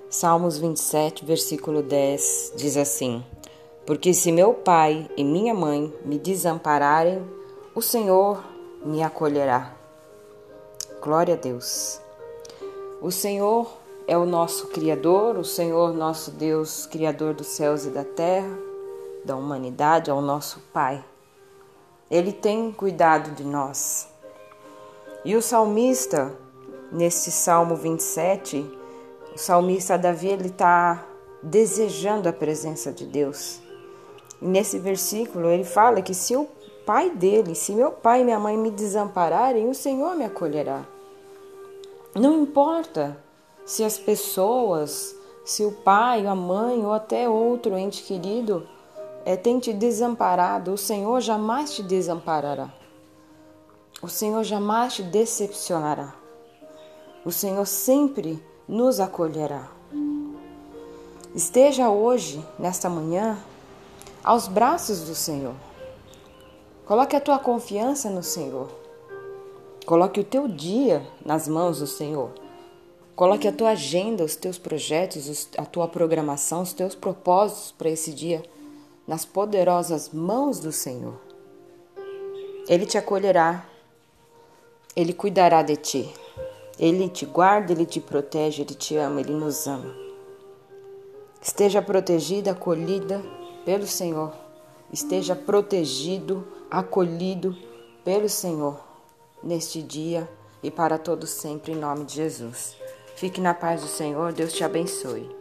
Salmos 27, versículo 10, diz assim: Porque se meu pai e minha mãe me desampararem, o Senhor me acolherá. Glória a Deus. O Senhor é o nosso Criador, o Senhor nosso Deus, Criador dos céus e da terra, da humanidade, é o nosso Pai. Ele tem cuidado de nós. E o salmista, nesse Salmo 27, o salmista Davi, ele está desejando a presença de Deus. E nesse versículo ele fala que se o pai dele, se meu pai e minha mãe me desampararem, o Senhor me acolherá. Não importa se as pessoas, se o pai, a mãe ou até outro ente querido tem te desamparado, o Senhor jamais te desamparará. O Senhor jamais te decepcionará. O Senhor sempre nos acolherá. Esteja hoje, nesta manhã, aos braços do Senhor. Coloque a tua confiança no Senhor. Coloque o teu dia nas mãos do Senhor. Coloque a tua agenda, os teus projetos, a tua programação, os teus propósitos para esse dia nas poderosas mãos do Senhor. Ele te acolherá. Ele cuidará de ti. Ele te guarda, Ele te protege, Ele te ama, Ele nos ama. Esteja protegida, acolhida pelo Senhor. Esteja protegido, acolhido pelo Senhor neste dia e para todos sempre, em nome de Jesus. Fique na paz do Senhor, Deus te abençoe.